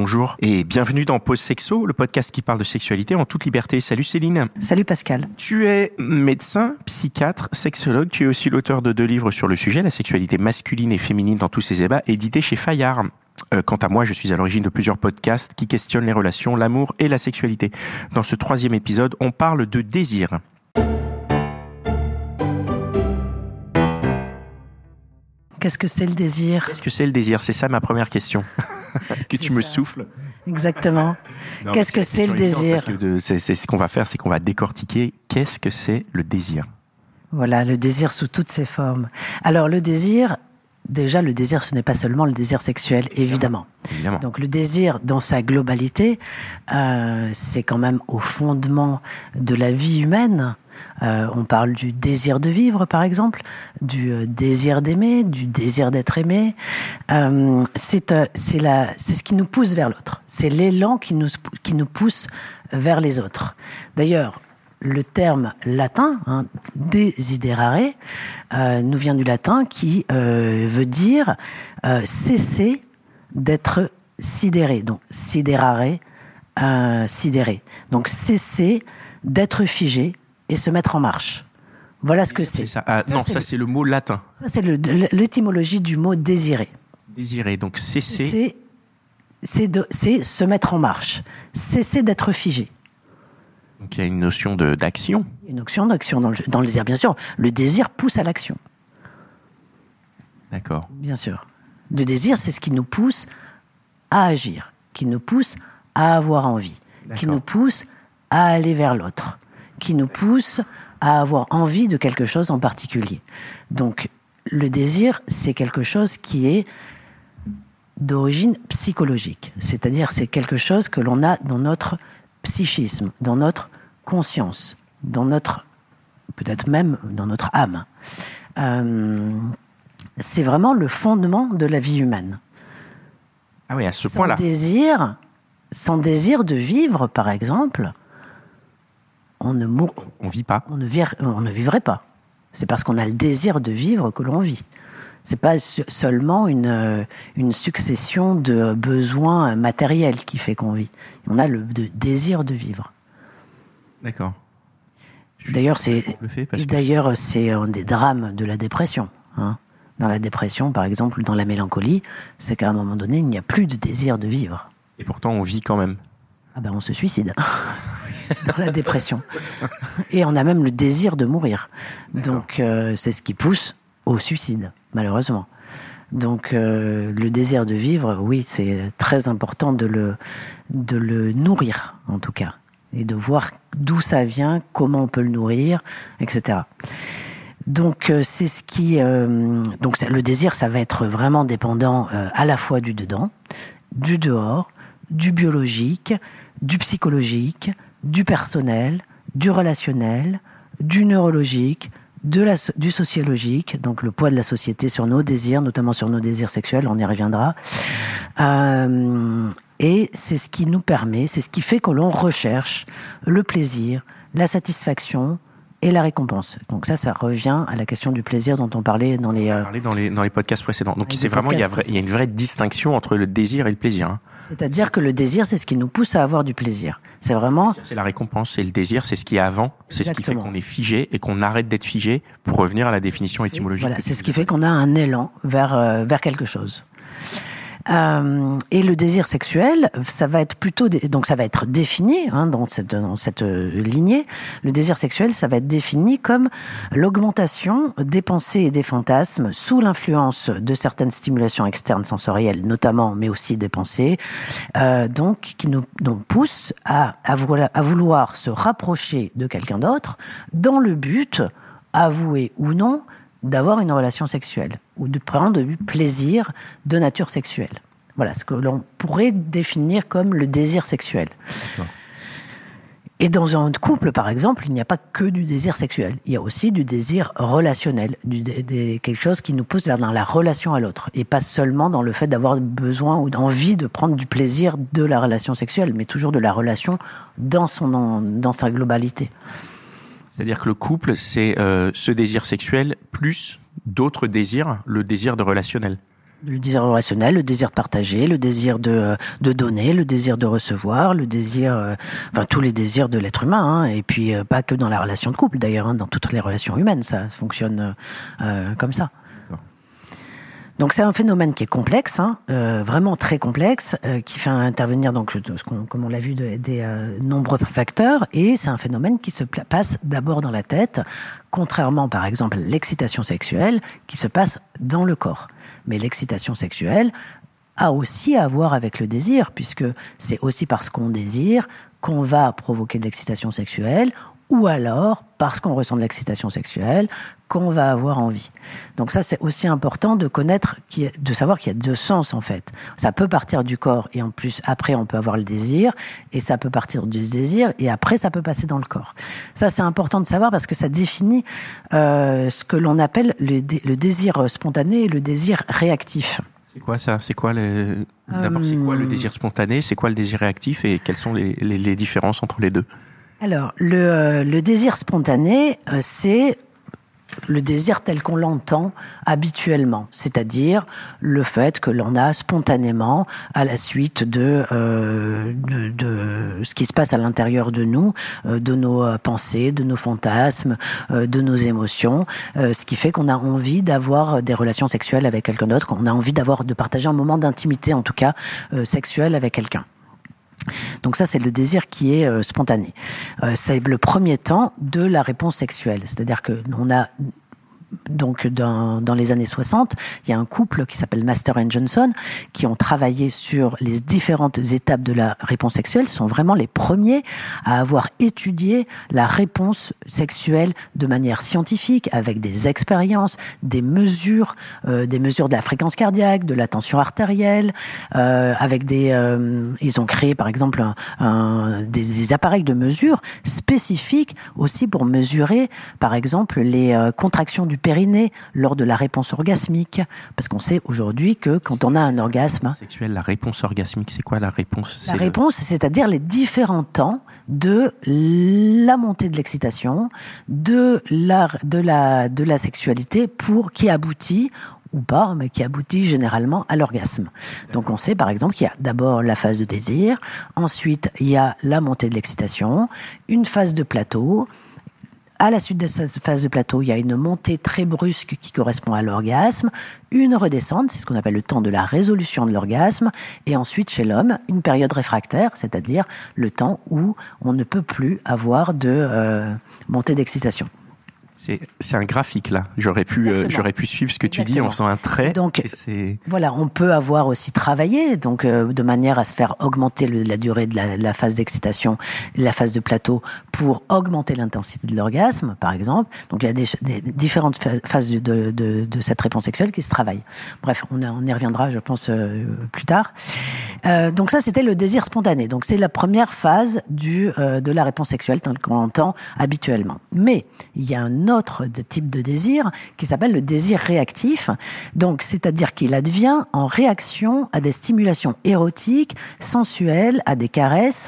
bonjour et bienvenue dans Pause Sexo, le podcast qui parle de sexualité en toute liberté. Salut Céline. Salut Pascal. Tu es médecin, psychiatre, sexologue. Tu es aussi l'auteur de 2 livres sur le sujet, la sexualité masculine et féminine dans tous ses ébats, édités chez Fayard. Quant à moi, je suis à l'origine de plusieurs podcasts qui questionnent les relations, l'amour et la sexualité. Dans ce 3e épisode, on parle de désir. Qu'est-ce que c'est le désir ? Qu'est-ce que c'est le désir ? C'est ça ma première question. Que tu me souffles. Exactement. Non, qu'est-ce que c'est le désir ? Parce que c'est ce qu'on va faire, c'est qu'on va décortiquer qu'est-ce que c'est le désir. Voilà, le désir sous toutes ses formes. Alors le désir, déjà le désir, ce n'est pas seulement le désir sexuel, évidemment. Donc le désir dans sa globalité, c'est quand même au fondement de la vie humaine. On parle du désir de vivre, par exemple, du désir d'aimer, du désir d'être aimé. C'est ce qui nous pousse vers l'autre. C'est l'élan qui nous pousse vers les autres. D'ailleurs, le terme latin, desiderare, nous vient du latin qui veut dire cesser d'être sidéré. Donc, siderare, sidéré. Donc, cesser d'être figé et se mettre en marche. Voilà ce que c'est. Ça. Ça c'est le mot latin. Ça, c'est l'étymologie du mot désirer. Désirer, donc cesser. C'est se mettre en marche. Cesser d'être figé. Donc il y a une notion d'action. Une notion d'action dans le désir, bien sûr. Le désir pousse à l'action. D'accord. Bien sûr. Le désir, c'est ce qui nous pousse à agir, qui nous pousse à avoir envie, qui nous pousse à aller vers l'autre, qui nous pousse à avoir envie de quelque chose en particulier. Donc, le désir, c'est quelque chose qui est d'origine psychologique. C'est-à-dire, c'est quelque chose que l'on a dans notre psychisme, dans notre conscience, peut-être même dans notre âme. C'est vraiment le fondement de la vie humaine. Ah oui, à ce point-là. Sans désir de vivre, par exemple, on ne vit pas. On ne vivrait pas. C'est parce qu'on a le désir de vivre que l'on vit. C'est pas seulement une succession de besoins matériels qui fait qu'on vit. On a le désir de vivre. D'accord. D'ailleurs, c'est un des drames de la dépression. Dans la dépression, par exemple, dans la mélancolie, c'est qu'à un moment donné, il n'y a plus de désir de vivre. Et pourtant, on vit quand même. On se suicide dans la dépression. Et on a même le désir de mourir. D'accord. Donc, c'est ce qui pousse au suicide, malheureusement. Donc, le désir de vivre, oui, c'est très important de le nourrir, en tout cas. Et de voir d'où ça vient, comment on peut le nourrir, etc. Donc, c'est ce qui... le désir, ça va être vraiment dépendant à la fois du dedans, du dehors, du biologique, du psychologique, du personnel, du relationnel, du neurologique, du sociologique, donc le poids de la société sur nos désirs, notamment sur nos désirs sexuels, on y reviendra. Et c'est ce qui nous permet, c'est ce qui fait que l'on recherche le plaisir, la satisfaction et la récompense. Donc ça revient à la question du plaisir dont on parlait dans les podcasts précédents. Donc c'est vraiment, il y a une vraie distinction entre le désir et le plaisir. C'est-à-dire que le désir, c'est ce qui nous pousse à avoir du plaisir. C'est vraiment... C'est la récompense, et le désir, c'est ce qui est avant. C'est ce qui fait qu'on est figé et qu'on arrête d'être figé pour revenir à la définition étymologique. Voilà, c'est ce qui fait qu'on a un élan vers quelque chose. Et le désir sexuel, ça va être plutôt donc ça va être défini dans cette lignée. Le désir sexuel, ça va être défini comme l'augmentation des pensées et des fantasmes sous l'influence de certaines stimulations externes sensorielles, notamment, mais aussi des pensées, donc qui nous poussent à vouloir se rapprocher de quelqu'un d'autre dans le but, avoué ou non, d'avoir une relation sexuelle ou de prendre du plaisir de nature sexuelle. Voilà ce que l'on pourrait définir comme le désir sexuel. D'accord. Et dans un couple, par exemple, il n'y a pas que du désir sexuel. Il y a aussi du désir relationnel, quelque chose qui nous pousse dans la relation à l'autre, et pas seulement dans le fait d'avoir besoin ou d'envie de prendre du plaisir de la relation sexuelle, mais toujours de la relation dans sa globalité. C'est-à-dire que le couple, c'est ce désir sexuel plus d'autres désirs, le désir de relationnel. Le désir relationnel, le désir partagé, le désir de donner, le désir de recevoir, le désir, enfin tous les désirs de l'être humain, hein, et puis pas que dans la relation de couple d'ailleurs, hein, dans toutes les relations humaines, ça fonctionne comme ça. Donc c'est un phénomène qui est complexe, hein, vraiment très complexe, qui fait intervenir donc comme on l'a vu des nombreux facteurs, et c'est un phénomène qui se passe d'abord dans la tête, contrairement par exemple à l'excitation sexuelle qui se passe dans le corps. Mais l'excitation sexuelle a aussi à voir avec le désir, puisque c'est aussi parce qu'on désire qu'on va provoquer de l'excitation sexuelle, ou alors parce qu'on ressent de l'excitation sexuelle qu'on va avoir envie. Donc ça, c'est aussi important de connaître, de savoir qu'il y a deux sens en fait. Ça peut partir du corps et en plus après on peut avoir le désir, et ça peut partir du désir et après ça peut passer dans le corps. Ça c'est important de savoir parce que ça définit ce que l'on appelle le désir spontané et le désir réactif. C'est quoi ça ? C'est quoi D'abord, c'est quoi le désir spontané ? C'est quoi le désir réactif ? Et quelles sont les différences entre les deux ? Alors, le désir spontané, c'est le désir tel qu'on l'entend habituellement, c'est-à-dire le fait que l'on a spontanément, à la suite de ce qui se passe à l'intérieur de nous, de nos pensées, de nos fantasmes, de nos émotions, ce qui fait qu'on a envie d'avoir des relations sexuelles avec quelqu'un d'autre, qu'on a envie de partager un moment d'intimité, en tout cas sexuelle, avec quelqu'un. Donc ça, c'est le désir qui est spontané. C'est le premier temps de la réponse sexuelle. C'est-à-dire que on a donc dans les années 60, il y a un couple qui s'appelle Master and Johnson qui ont travaillé sur les différentes étapes de la réponse sexuelle. Ce sont vraiment les premiers à avoir étudié la réponse sexuelle de manière scientifique, avec des expériences, des mesures de la fréquence cardiaque, de la tension artérielle, avec ils ont créé par exemple des appareils de mesure spécifiques aussi pour mesurer par exemple les contractions du périnée lors de la réponse orgasmique, parce qu'on sait aujourd'hui que quand on a un orgasme sexuel, la réponse orgasmique, c'est quoi la réponse ? La réponse, c'est-à-dire les différents temps de la montée de l'excitation, de la sexualité qui aboutit ou pas, mais qui aboutit généralement à l'orgasme. Donc on sait par exemple qu'il y a d'abord la phase de désir, ensuite il y a la montée de l'excitation, une phase de plateau. À la suite de cette phase de plateau, il y a une montée très brusque qui correspond à l'orgasme, une redescente, c'est ce qu'on appelle le temps de la résolution de l'orgasme, et ensuite chez l'homme, une période réfractaire, c'est-à-dire le temps où on ne peut plus avoir de montée d'excitation. C'est un graphique là. J'aurais pu suivre ce que tu dis en faisant un trait. Donc voilà, on peut avoir aussi travaillé donc de manière à se faire augmenter la durée de la phase d'excitation, la phase de plateau pour augmenter l'intensité de l'orgasme, par exemple. Donc il y a des différentes phases de cette réponse sexuelle qui se travaillent. Bref, on y reviendra, je pense, plus tard. Donc ça, c'était le désir spontané. Donc c'est la première phase de la réponse sexuelle telle qu'on l'entend habituellement. Mais il y a un autre type de désir qui s'appelle le désir réactif. Donc, c'est-à-dire qu'il advient en réaction à des stimulations érotiques, sensuelles, à des caresses,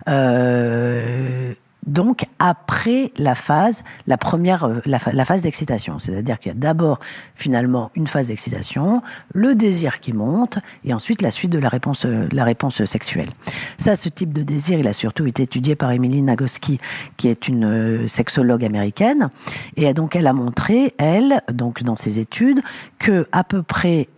donc après la phase d'excitation. C'est-à-dire qu'il y a d'abord finalement une phase d'excitation, le désir qui monte, et ensuite la suite de la réponse sexuelle. Ça, ce type de désir, il a surtout été étudié par Emily Nagoski, qui est une sexologue américaine, et donc elle a montré, donc dans ses études, que à peu près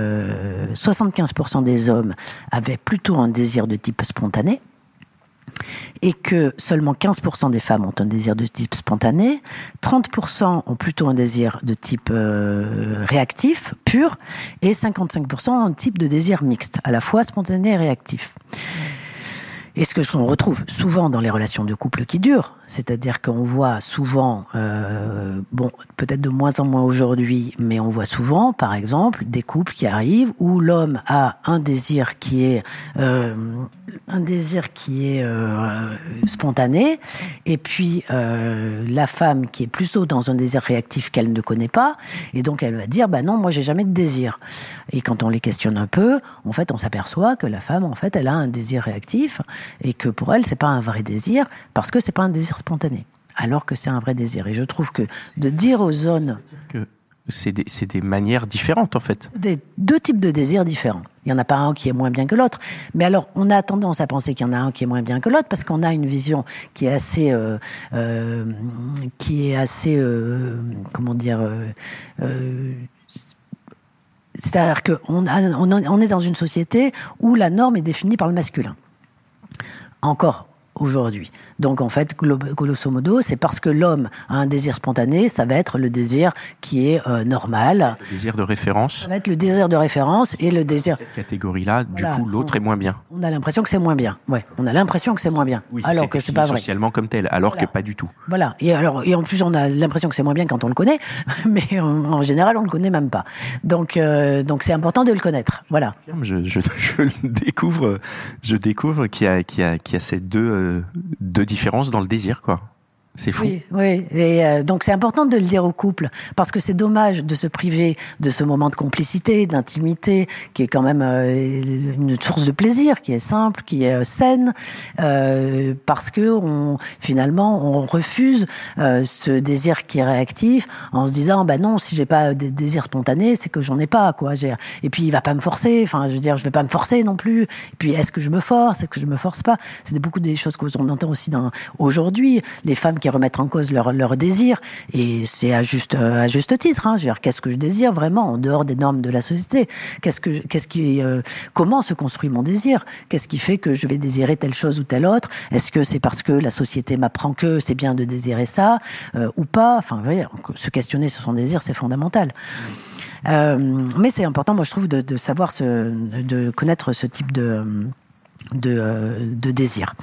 75% des hommes avaient plutôt un désir de type spontané, et que seulement 15% des femmes ont un désir de type spontané, 30% ont plutôt un désir de type réactif, pur, et 55% ont un type de désir mixte, à la fois spontané et réactif. Et ce qu'on retrouve souvent dans les relations de couple qui durent, c'est-à-dire qu'on voit souvent, peut-être de moins en moins aujourd'hui, mais on voit souvent, par exemple, des couples qui arrivent où l'homme a un désir qui est spontané, et puis la femme qui est plutôt dans un désir réactif qu'elle ne connaît pas, et donc elle va dire non, moi j'ai jamais de désir. Et quand on les questionne un peu, en fait on s'aperçoit que la femme, en fait, elle a un désir réactif, et que pour elle c'est pas un vrai désir parce que c'est pas un désir spontané, alors que c'est un vrai désir. Et je trouve que de dire aux zones c'est des manières différentes, en fait. Deux types de désirs différents. Il n'y en a pas un qui est moins bien que l'autre. Mais alors, on a tendance à penser qu'il y en a un qui est moins bien que l'autre parce qu'on a une vision qui est assez, comment dire, c'est-à-dire qu'on est dans une société où la norme est définie par le masculin. Encore aujourd'hui. Donc en fait, grosso modo, c'est parce que l'homme a un désir spontané, ça va être le désir qui est normal. Le désir de référence. Ça va être le désir de référence et le désir... Cette catégorie-là, voilà, du coup, l'autre est moins bien. On a l'impression que c'est moins bien. Ouais, on a l'impression que c'est moins bien. Oui, alors que c'est pas vrai. Socialement comme tel, alors que pas du tout. Voilà. Et en plus, on a l'impression que c'est moins bien quand on le connaît, mais en général, on le connaît même pas. Donc c'est important de le connaître. Voilà. Je découvre qu'il y a ces deux différences dans le désir, quoi. C'est fou. Oui. Et donc c'est important de le dire au couple parce que c'est dommage de se priver de ce moment de complicité, d'intimité, qui est quand même une source de plaisir, qui est simple, qui est saine, parce que finalement on refuse ce désir qui est réactif en se disant bah non, si j'ai pas des désirs spontanés, c'est que j'en ai pas, quoi. Et puis il va pas me forcer. Enfin, je veux dire, je vais pas me forcer non plus. Et puis est-ce que je me force, est-ce que je me force pas? C'est beaucoup des choses qu'on entend aussi aujourd'hui. Les femmes qui remettent en cause leur désir, et c'est à juste titre. Je veux dire, qu'est-ce que je désire vraiment en dehors des normes de la société? Comment se construit mon désir? Qu'est-ce qui fait que je vais désirer telle chose ou telle autre? Est-ce que c'est parce que la société m'apprend que c'est bien de désirer ça ou pas? Enfin, vous voyez, se questionner sur son désir, c'est fondamental. Mais c'est important, moi je trouve, de savoir de connaître ce type de désir.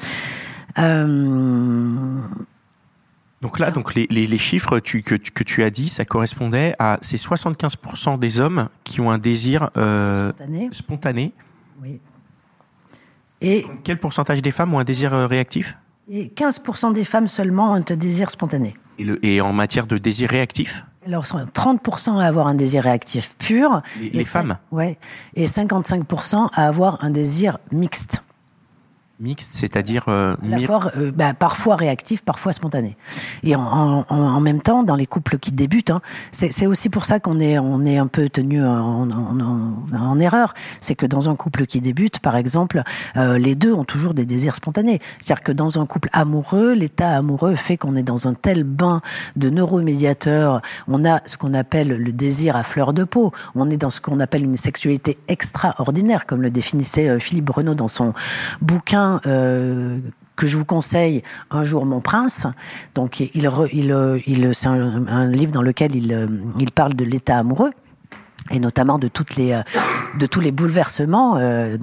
Donc là, les chiffres que tu as dit, ça correspondait à ces 75% des hommes qui ont un désir spontané. Oui. Et quel pourcentage des femmes ont un désir réactif? Et 15% des femmes seulement ont un désir spontané. Et en matière de désir réactif? Alors, 30% à avoir un désir réactif pur. Les femmes? Ouais. Et 55% à avoir un désir mixte. Mixte, c'est-à-dire parfois réactif, parfois spontané. Et en même temps, dans les couples qui débutent, c'est aussi pour ça qu'on est un peu tenu en erreur. C'est que dans un couple qui débute, par exemple, les deux ont toujours des désirs spontanés. C'est-à-dire que dans un couple amoureux, l'état amoureux fait qu'on est dans un tel bain de neuromédiateurs. On a ce qu'on appelle le désir à fleur de peau. On est dans ce qu'on appelle une sexualité extraordinaire, comme le définissait Philippe Breneau dans son bouquin que je vous conseille, Un jour mon prince. Donc c'est un livre dans lequel il parle de l'état amoureux et notamment de tous les bouleversements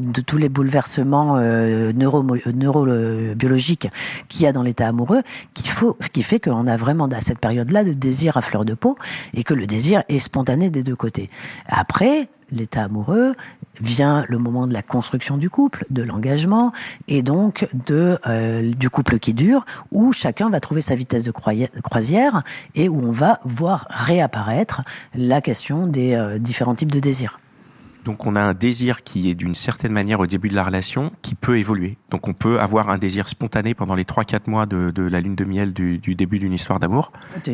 neurobiologiques qu'il y a dans l'état amoureux, qui fait qu'on a vraiment à cette période-là le désir à fleur de peau et que le désir est spontané des deux côtés. Après l'état amoureux, vient le moment de la construction du couple, de l'engagement, et donc du couple qui dure, où chacun va trouver sa vitesse de croisière et où on va voir réapparaître la question des différents types de désirs. Donc on a un désir qui est d'une certaine manière au début de la relation, qui peut évoluer. Donc on peut avoir un désir spontané pendant les 3-4 mois de la lune de miel du début d'une histoire d'amour.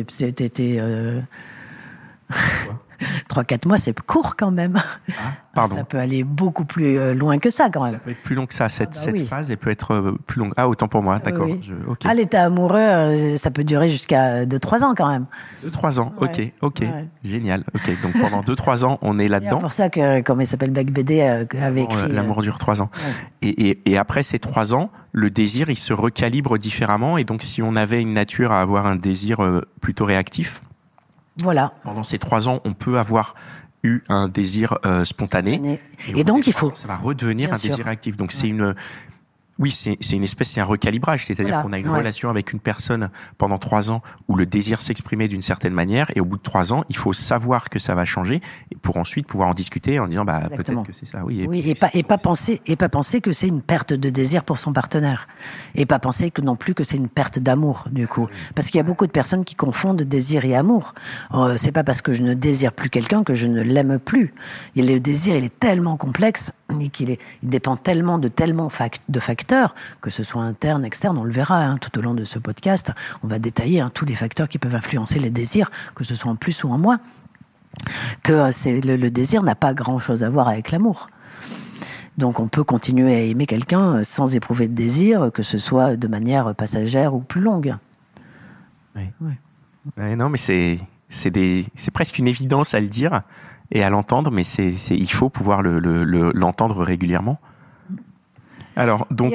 3-4 mois, c'est court quand même. Ah, pardon. Ça peut aller beaucoup plus loin que ça quand même. Ça peut être plus long que ça. Cette phase, elle peut être plus longue. Ah, autant pour moi, d'accord. Oui. Okay. L'état amoureux, ça peut durer jusqu'à 2-3 ans quand même. 2-3 ans, ok. Ouais. Génial. Ok, donc pendant 2-3 ans, on est là-dedans. C'est pour ça que, comme il s'appelle Beck BD, avait écrit... L'amour dure 3 ans. Ouais. Et après ces 3 ans, le désir, il se recalibre différemment. Et donc, si on avait une nature à avoir un désir plutôt réactif, voilà. Pendant ces 3 ans, on peut avoir eu un désir spontané. Et donc, il faut... Ça va redevenir un désir actif. Donc, c'est une espèce, c'est un recalibrage. C'est-à-dire qu'on a une relation avec une personne pendant 3 ans où le désir s'exprimait d'une certaine manière. Et au bout de 3 ans, il faut savoir que ça va changer pour ensuite pouvoir en discuter en disant, peut-être que c'est ça. Et pas penser que c'est une perte de désir pour son partenaire. Et pas penser non plus que c'est une perte d'amour, du coup. Parce qu'il y a beaucoup de personnes qui confondent désir et amour. C'est pas parce que je ne désire plus quelqu'un que je ne l'aime plus. Et le désir, il est tellement complexe et il dépend tellement de facteurs, que ce soit interne, externe, on le verra tout au long de ce podcast. On va détailler tous les facteurs qui peuvent influencer les désirs, que ce soit en plus ou en moins. que le désir n'a pas grand-chose à voir avec l'amour. Donc on peut continuer à aimer quelqu'un sans éprouver de désir, que ce soit de manière passagère ou plus longue. Oui. Ouais, non, mais c'est presque une évidence à le dire et à l'entendre, mais il faut pouvoir l'entendre régulièrement. Alors, donc,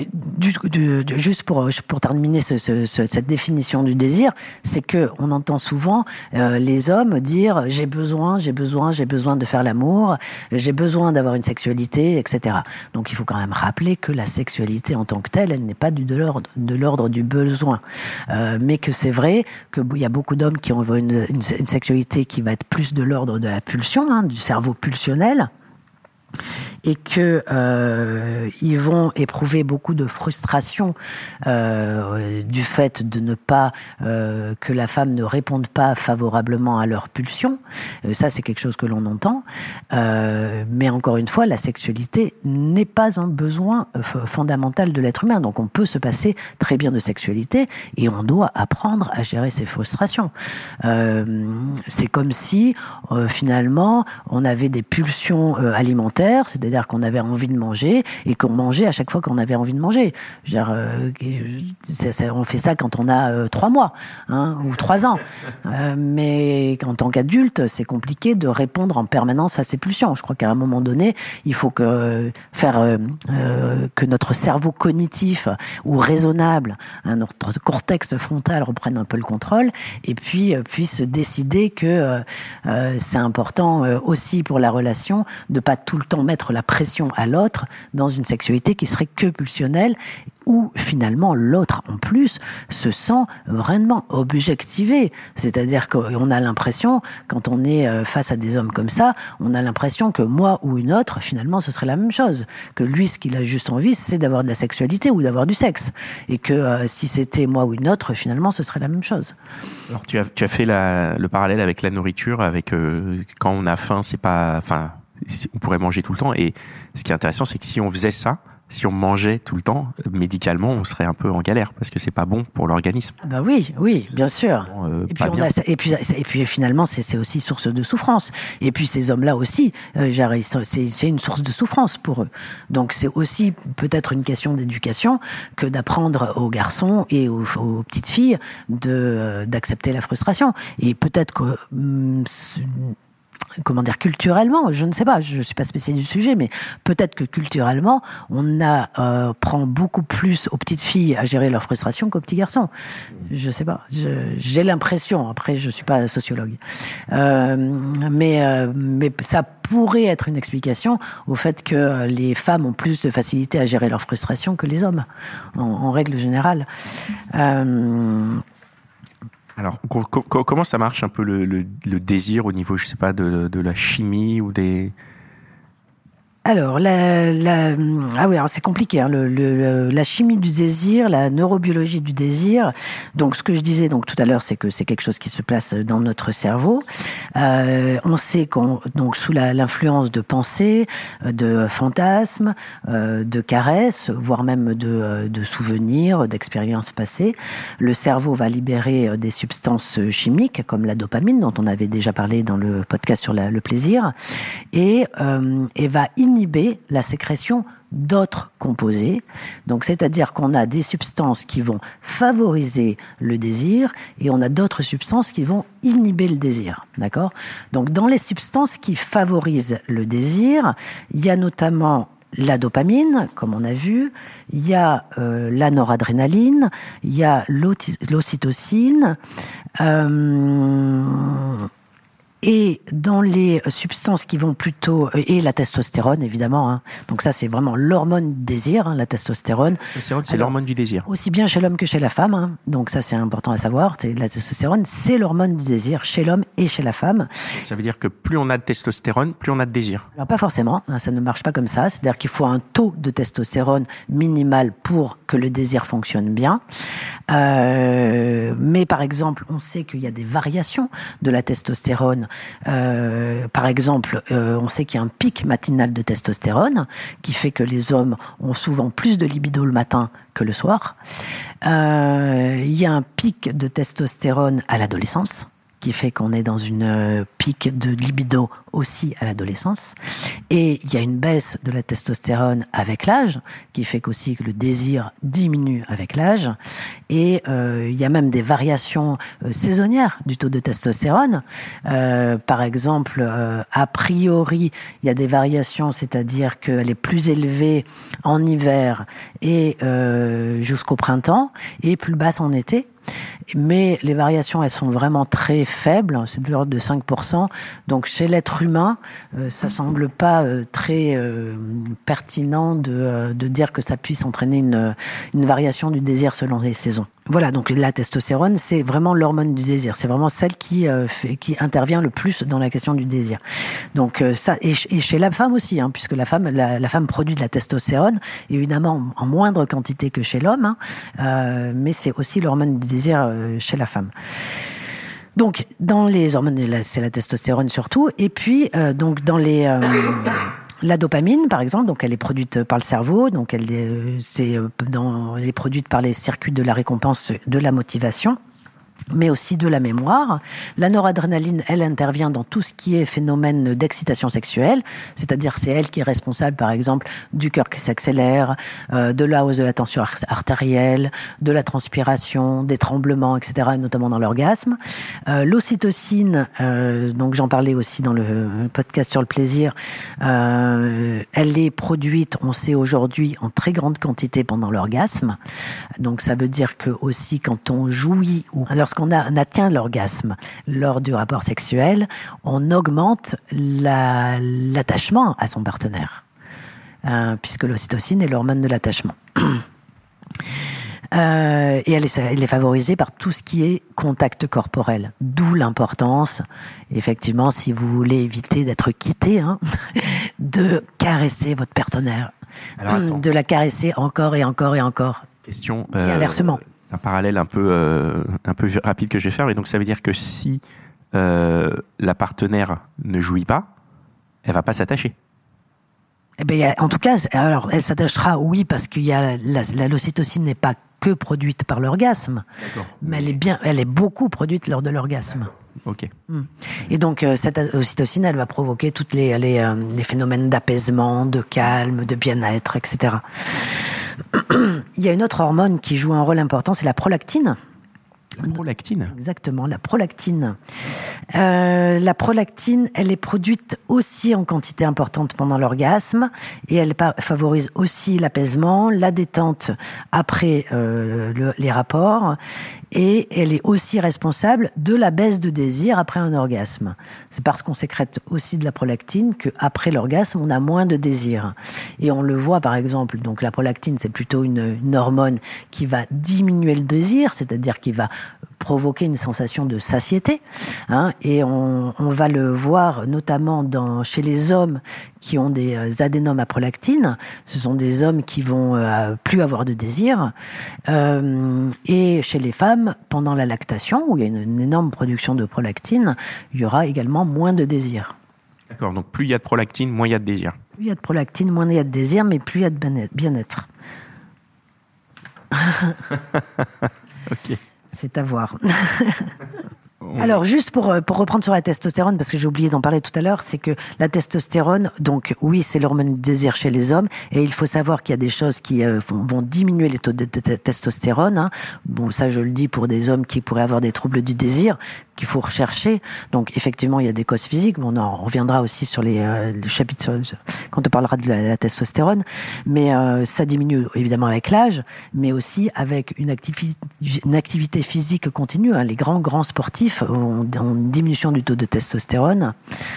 juste pour terminer cette définition du désir, c'est que on entend souvent les hommes dire j'ai besoin de faire l'amour, j'ai besoin d'avoir une sexualité, etc. Donc il faut quand même rappeler que la sexualité en tant que telle, elle n'est pas de l'ordre du besoin, mais que c'est vrai qu'il y a beaucoup d'hommes qui ont une sexualité qui va être plus de l'ordre de la pulsion, du cerveau pulsionnel. Et que ils vont éprouver beaucoup de frustration du fait de ne pas que la femme ne réponde pas favorablement à leur pulsion. Ça, c'est quelque chose que l'on entend. Mais encore une fois, la sexualité n'est pas un besoin fondamental de l'être humain. Donc, on peut se passer très bien de sexualité et on doit apprendre à gérer ses frustrations. C'est comme si finalement on avait des pulsions alimentaires, c'est-à-dire qu'on avait envie de manger et qu'on mangeait à chaque fois qu'on avait envie de manger. Je veux dire, on fait ça quand on a 3 mois ou 3 ans. Mais en tant qu'adulte, c'est compliqué de répondre en permanence à ces pulsions. Je crois qu'à un moment donné, il faut que notre cerveau cognitif ou raisonnable, notre cortex frontal reprenne un peu le contrôle et puis puisse décider que c'est important aussi pour la relation de pas tout le temps mettre la pression à l'autre dans une sexualité qui serait que pulsionnelle, où finalement l'autre en plus se sent vraiment objectivé. C'est-à-dire qu'on a l'impression, quand on est face à des hommes comme ça, on a l'impression que moi ou une autre, finalement ce serait la même chose. Que lui, ce qu'il a juste envie, c'est d'avoir de la sexualité ou d'avoir du sexe. Et que si c'était moi ou une autre, finalement ce serait la même chose. Alors tu as fait le parallèle avec la nourriture, avec quand on a faim, c'est pas... Enfin, on pourrait manger tout le temps. Et ce qui est intéressant, c'est que si on faisait ça, si on mangeait tout le temps, médicalement, on serait un peu en galère parce que c'est pas bon pour l'organisme. Bah oui, bien sûr. Et puis finalement, c'est aussi source de souffrance. Et puis ces hommes-là aussi, c'est une source de souffrance pour eux. Donc c'est aussi peut-être une question d'éducation que d'apprendre aux garçons et aux petites filles d'accepter la frustration. Et peut-être que culturellement, je ne sais pas, je suis pas spécialiste du sujet, mais peut-être que culturellement, on prend beaucoup plus aux petites filles à gérer leur frustration qu'aux petits garçons. Je sais pas, j'ai l'impression, après je suis pas sociologue, mais ça pourrait être une explication au fait que les femmes ont plus de facilité à gérer leur frustration que les hommes, en règle générale. Alors, comment ça marche un peu le désir au niveau, je sais pas, de la chimie ou des... Alors, alors c'est compliqué, la chimie du désir, la neurobiologie du désir. Donc, ce que je disais tout à l'heure, c'est que c'est quelque chose qui se place dans notre cerveau. On sait donc sous l'influence de pensées, de fantasmes, de caresses, voire même de souvenirs, d'expériences passées, le cerveau va libérer des substances chimiques comme la dopamine, dont on avait déjà parlé dans le podcast sur le plaisir, et va inhiber la sécrétion d'autres composés. Donc, c'est-à-dire qu'on a des substances qui vont favoriser le désir et on a d'autres substances qui vont inhiber le désir. D'accord ? Donc, dans les substances qui favorisent le désir, il y a notamment la dopamine, comme on a vu, il y a la noradrénaline, il y a l'ocytocine, et dans les substances qui vont plutôt... Et la testostérone, évidemment. Donc ça, c'est vraiment l'hormone du désir, la testostérone. La testostérone, c'est l'hormone du désir. Aussi bien chez l'homme que chez la femme. Donc ça, c'est important à savoir. La testostérone, c'est l'hormone du désir chez l'homme et chez la femme. Ça veut dire que plus on a de testostérone, plus on a de désir. Alors pas forcément, ça ne marche pas comme ça. C'est-à-dire qu'il faut un taux de testostérone minimal pour que le désir fonctionne bien. Mais par exemple, on sait qu'il y a des variations de la testostérone. Par exemple, on sait qu'il y a un pic matinal de testostérone qui fait que les hommes ont souvent plus de libido le matin que le soir. Il y a un pic de testostérone à l'adolescence. qui fait qu'on est dans une pic de libido aussi à l'adolescence. Et il y a une baisse de la testostérone avec l'âge, qui fait qu'aussi que le désir diminue avec l'âge. Et il y a même des variations saisonnières du taux de testostérone. Par exemple, a priori, il y a des variations, c'est-à-dire qu'elle est plus élevée en hiver et jusqu'au printemps, et plus basse en été. Mais les variations, elles sont vraiment très faibles, c'est de l'ordre de 5%. Donc chez l'être humain, ça semble pas très pertinent de dire que ça puisse entraîner une variation du désir selon les saisons. Voilà, donc la testostérone, c'est vraiment l'hormone du désir. C'est vraiment celle qui intervient le plus dans la question du désir. Donc ça, et chez la femme aussi, hein, puisque la femme produit de la testostérone, évidemment en moindre quantité que chez l'homme, hein, mais c'est aussi l'hormone du désir chez la femme. Donc dans les hormones, c'est la testostérone surtout, et puis donc dans les la dopamine, par exemple, donc elle est produite par le cerveau, donc elle est produite par les circuits de la récompense, de la motivation, mais aussi de la mémoire. La noradrénaline, elle intervient dans tout ce qui est phénomène d'excitation sexuelle, c'est-à-dire c'est elle qui est responsable, par exemple, du cœur qui s'accélère, de la hausse de la tension artérielle, de la transpiration, des tremblements, etc., notamment dans l'orgasme. L'ocytocine, donc j'en parlais aussi dans le podcast sur le plaisir, elle est produite, on sait aujourd'hui, en très grande quantité pendant l'orgasme. Donc ça veut dire que aussi quand on jouit ou lorsqu'on atteint l'orgasme lors du rapport sexuel, on augmente l'attachement à son partenaire, puisque l'ocytocine est l'hormone de l'attachement. Et elle est favorisée par tout ce qui est contact corporel. D'où l'importance, effectivement, si vous voulez éviter d'être quitté, hein, de caresser votre partenaire. Alors, de la caresser encore et encore et encore. Question. Et inversement. Un parallèle un peu rapide que je vais faire. Et donc, ça veut dire que si la partenaire ne jouit pas, elle va pas s'attacher. Eh ben, en tout cas, alors, elle s'attachera, oui, parce qu'il y a l'ocytocine n'est pas que produite par l'orgasme, mais elle est beaucoup produite lors de l'orgasme. Ok. Et donc, cette ocytocine, elle va provoquer tous les phénomènes d'apaisement, de calme, de bien-être, etc. Il y a une autre hormone qui joue un rôle important, c'est la prolactine. La prolactine. Exactement, la prolactine. La prolactine, elle est produite aussi en quantité importante pendant l'orgasme et elle favorise aussi l'apaisement, la détente après les rapports. Et elle est aussi responsable de la baisse de désir après un orgasme. C'est parce qu'on sécrète aussi de la prolactine qu'après l'orgasme, on a moins de désir. Et on le voit par exemple, donc la prolactine, c'est plutôt une hormone qui va diminuer le désir, c'est-à-dire qui va provoquer une sensation de satiété, hein, et on va le voir notamment chez les hommes qui ont des adénomes à prolactine. Ce sont des hommes qui vont plus avoir de désir, et chez les femmes, pendant la lactation, où il y a une énorme production de prolactine, il y aura également moins de désir. D'accord, donc plus il y a de prolactine, moins il y a de désir. Plus il y a de prolactine, moins il y a de désir, mais plus il y a de bien-être. Ok. C'est à voir. Alors, juste pour reprendre sur la testostérone, parce que j'ai oublié d'en parler tout à l'heure, c'est que la testostérone, donc oui, c'est l'hormone du désir chez les hommes, et il faut savoir qu'il y a des choses qui vont diminuer les taux de testostérone. Hein. Bon, ça je le dis pour des hommes qui pourraient avoir des troubles du désir, qu'il faut rechercher. Donc effectivement, il y a des causes physiques, mais on en reviendra aussi sur les chapitres quand on parlera de la testostérone. Mais ça diminue évidemment avec l'âge, mais aussi avec une activité physique continue. Hein. Les grands sportifs ont une diminution du taux de testostérone.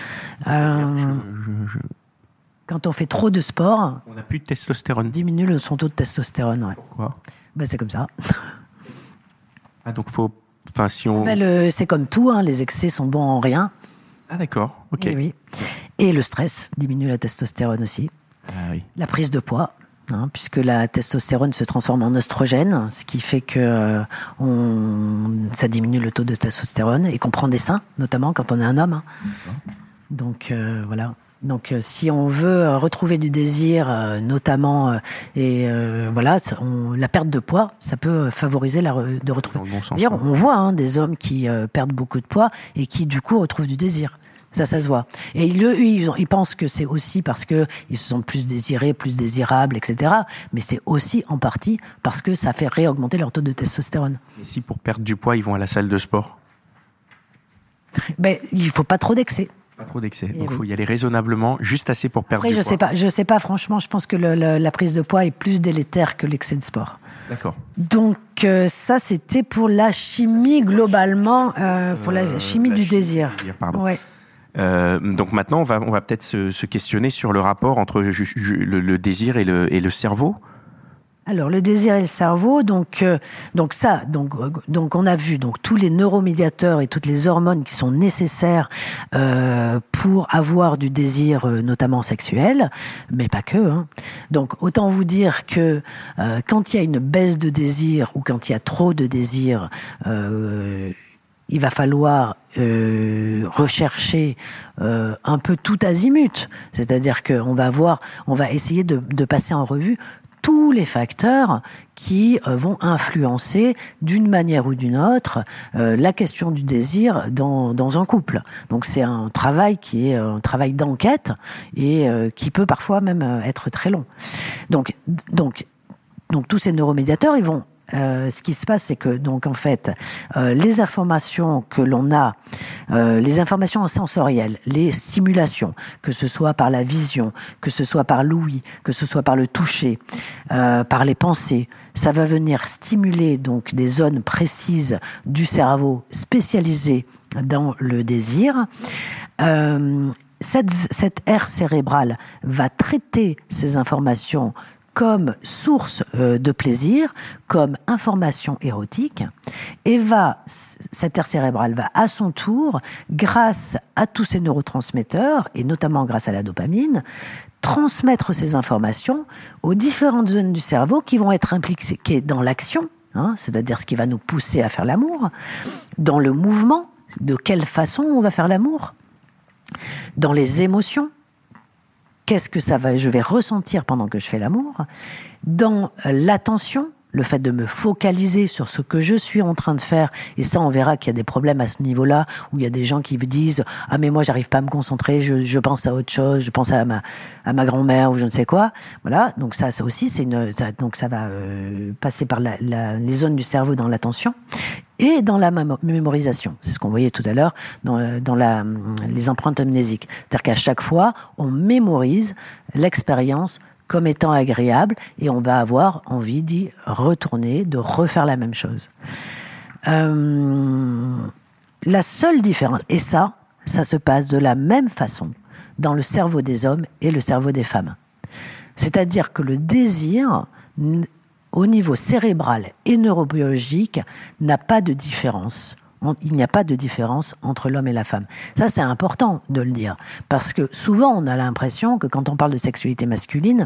Quand on fait trop de sport, on n'a plus de testostérone. Diminue son taux de testostérone. Ouais. Pourquoi ? Ben, c'est comme ça. Ah, donc faut. Enfin, si on... c'est comme tout, hein, les excès sont bons en rien. Ah d'accord, ok. Et, oui. Et le stress diminue la testostérone aussi. Ah, oui. La prise de poids, hein, puisque la testostérone se transforme en oestrogène, ce qui fait que ça diminue le taux de testostérone et qu'on prend des seins, notamment quand on est un homme. Hein. Donc voilà. Donc, si on veut retrouver du désir, notamment, la perte de poids, ça peut favoriser de retrouver. Bon sens, d'ailleurs, on voit des hommes qui perdent beaucoup de poids et qui, du coup, retrouvent du désir. Ça se voit. Et ils pensent que c'est aussi parce que ils se sentent plus désirés, plus désirables, etc. Mais c'est aussi en partie parce que ça fait réaugmenter leur taux de testostérone. Et si pour perdre du poids, ils vont à la salle de sport? Il faut pas trop d'excès. Pas trop d'excès. Donc il faut y aller raisonnablement, juste assez pour perdre du poids. Je sais pas, franchement, je pense que la prise de poids est plus délétère que l'excès de sport. D'accord. Donc ça, c'était pour la chimie globalement, pour la chimie du désir. Pardon. Ouais. Donc maintenant, on va peut-être se questionner sur le rapport entre le désir et le cerveau. Alors le désir et le cerveau, donc on a vu tous les neuromédiateurs et toutes les hormones qui sont nécessaires pour avoir du désir, notamment sexuel, mais pas que. Donc autant vous dire que quand il y a une baisse de désir ou quand il y a trop de désir, il va falloir rechercher un peu tout azimut. C'est-à-dire qu'on va essayer de passer en revue tous les facteurs qui vont influencer d'une manière ou d'une autre la question du désir dans un couple. Donc c'est un travail qui est un travail d'enquête et qui peut parfois même être très long. Donc tous ces neuromédiateurs, ils vont ce qui se passe, c'est que les informations que l'on a, les informations sensorielles, les stimulations, que ce soit par la vision, que ce soit par l'ouïe, que ce soit par le toucher, par les pensées, ça va venir stimuler donc des zones précises du cerveau spécialisées dans le désir. Cette aire cérébrale va traiter ces informations comme source de plaisir, comme information érotique, et cette aire cérébrale va à son tour, grâce à tous ces neurotransmetteurs, et notamment grâce à la dopamine, transmettre ces informations aux différentes zones du cerveau qui vont être impliquées dans l'action, c'est-à-dire ce qui va nous pousser à faire l'amour, dans le mouvement, de quelle façon on va faire l'amour, dans les émotions, qu'est-ce que je vais ressentir pendant que je fais l'amour, dans l'attention, le fait de me focaliser sur ce que je suis en train de faire, et ça on verra qu'il y a des problèmes à ce niveau-là, où il y a des gens qui me disent « Ah mais moi j'arrive pas à me concentrer, je pense à autre chose, je pense à ma grand-mère ou je ne sais quoi ». Voilà, donc ça aussi ça va passer par les zones du cerveau dans l'attention. Et dans la mémorisation, c'est ce qu'on voyait tout à l'heure dans les empreintes amnésiques. C'est-à-dire qu'à chaque fois, on mémorise l'expérience comme étant agréable et on va avoir envie d'y retourner, de refaire la même chose. La seule différence, et ça se passe de la même façon dans le cerveau des hommes et le cerveau des femmes. C'est-à-dire que le désir, au niveau cérébral et neurobiologique, n'a pas de différence. Il n'y a pas de différence entre l'homme et la femme. Ça, c'est important de le dire. Parce que souvent, on a l'impression que quand on parle de sexualité masculine,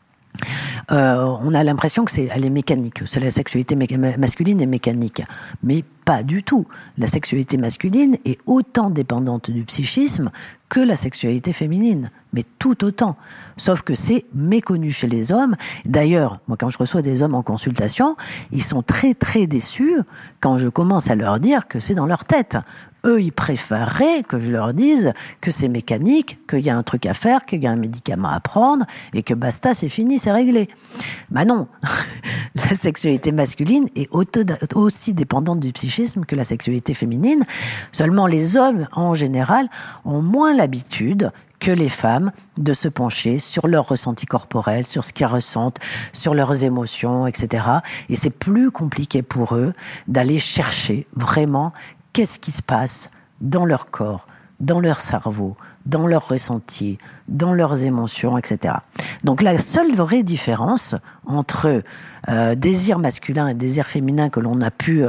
on a l'impression que elle est mécanique. La sexualité masculine est mécanique. Mais pas du tout. La sexualité masculine est autant dépendante du psychisme que la sexualité féminine. Mais tout autant. Sauf que c'est méconnu chez les hommes. D'ailleurs, moi, quand je reçois des hommes en consultation, ils sont très, très déçus quand je commence à leur dire que c'est dans leur tête. Eux, ils préféreraient que je leur dise que c'est mécanique, qu'il y a un truc à faire, qu'il y a un médicament à prendre, et que basta, c'est fini, c'est réglé. Bah non. La sexualité masculine est aussi dépendante du psychisme que la sexualité féminine. Seulement, les hommes, en général, ont moins l'habitude que les femmes de se pencher sur leurs ressentis corporels, sur ce qu'ils ressentent, sur leurs émotions, etc. Et c'est plus compliqué pour eux d'aller chercher vraiment qu'est-ce qui se passe dans leur corps, dans leur cerveau, dans leurs ressentis, dans leurs émotions, etc. Donc la seule vraie différence entre désir masculin et désir féminin que l'on a pu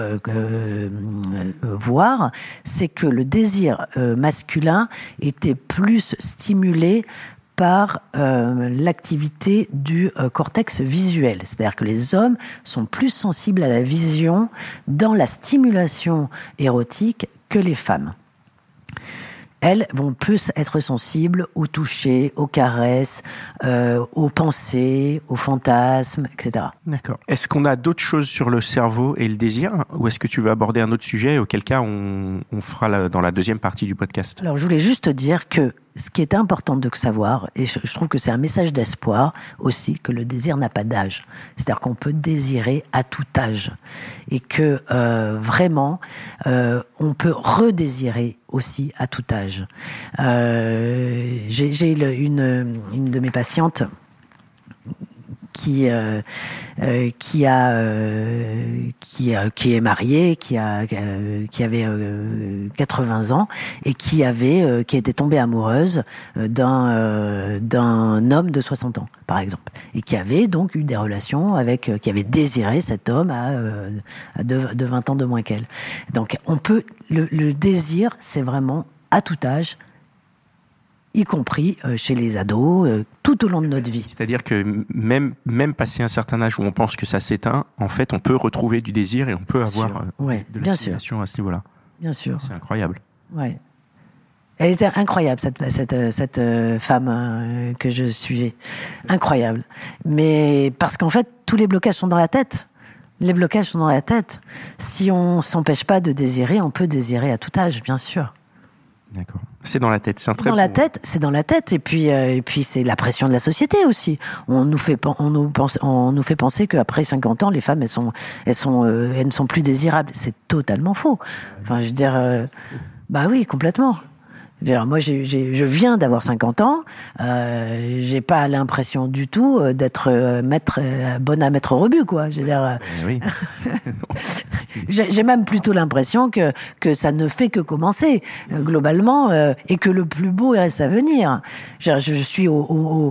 voir, c'est que le désir masculin était plus stimulé par l'activité du cortex visuel. C'est-à-dire que les hommes sont plus sensibles à la vision dans la stimulation érotique que les femmes. elles vont plus être sensibles au toucher, aux caresses, aux pensées, aux fantasmes, etc. D'accord. Est-ce qu'on a d'autres choses sur le cerveau et le désir, ou est-ce que tu veux aborder un autre sujet, auquel cas on fera dans la deuxième partie du podcast? Alors, je voulais juste dire que ce qui est important de savoir, et je trouve que c'est un message d'espoir aussi, que le désir n'a pas d'âge. C'est-à-dire qu'on peut désirer à tout âge. Et que vraiment, on peut redésirer aussi à tout âge. J'ai une de mes patientes qui est mariée, qui avait 80 ans et qui était tombée amoureuse d'un homme de 60 ans, par exemple, et qui avait donc eu des relations qui avait désiré cet homme de 20 ans de moins qu'elle. Donc le désir, c'est vraiment à tout âge, y compris chez les ados, tout au long de notre vie. C'est-à-dire que même passé un certain âge où on pense que ça s'éteint, en fait, on peut retrouver du désir et on peut avoir de la stimulation à ce niveau-là. Bien sûr. C'est incroyable. Ouais. Elle était incroyable, cette femme que je suivais. Incroyable. Mais parce qu'en fait, tous les blocages sont dans la tête. Les blocages sont dans la tête. Si on s'empêche pas de désirer, on peut désirer à tout âge, bien sûr. D'accord. C'est dans la tête. C'est dans la tête. Et puis c'est la pression de la société aussi. On nous fait penser qu'après 50 ans, les femmes, elles ne sont plus désirables. C'est totalement faux. Enfin, je veux dire, bah oui, complètement. Moi, je viens d'avoir 50 ans. J'ai pas l'impression du tout d'être bonne à mettre au rebut, quoi. Je veux dire, oui. j'ai même plutôt l'impression que ça ne fait que commencer globalement et que le plus beau reste à venir. Je suis oui,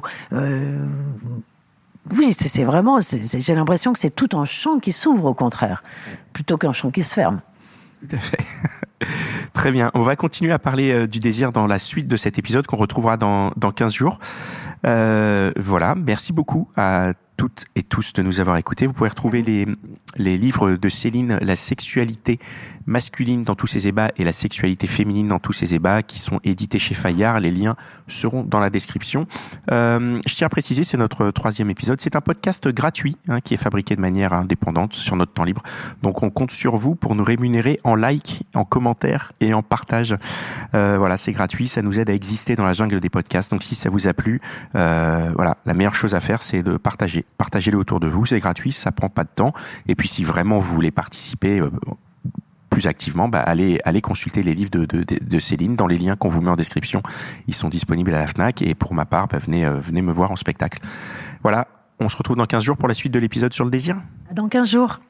c'est vraiment. J'ai l'impression que c'est tout un champ qui s'ouvre au contraire, plutôt qu'un champ qui se ferme. Tout à fait. Très bien. On va continuer à parler du désir dans la suite de cet épisode qu'on retrouvera dans 15 jours. Voilà. Merci beaucoup à toutes et tous de nous avoir écoutés. Vous pouvez retrouver les livres de Céline, La sexualité masculine dans tous ses ébats et La sexualité féminine dans tous ses ébats, qui sont édités chez Fayard. Les liens seront dans la description. Je tiens à préciser, c'est notre 3e épisode. C'est un podcast gratuit qui est fabriqué de manière indépendante sur notre temps libre. Donc on compte sur vous pour nous rémunérer en like, en commentaire et en partage. Voilà, c'est gratuit, ça nous aide à exister dans la jungle des podcasts. Donc si ça vous a plu, voilà, la meilleure chose à faire, c'est de partager. Partagez-le autour de vous, c'est gratuit, ça prend pas de temps. Et puis si vraiment vous voulez participer plus activement, allez consulter les livres de Céline dans les liens qu'on vous met en description. Ils sont disponibles à la Fnac et pour ma part, venez me voir en spectacle. Voilà, on se retrouve dans 15 jours pour la suite de l'épisode sur le désir. Dans 15 jours.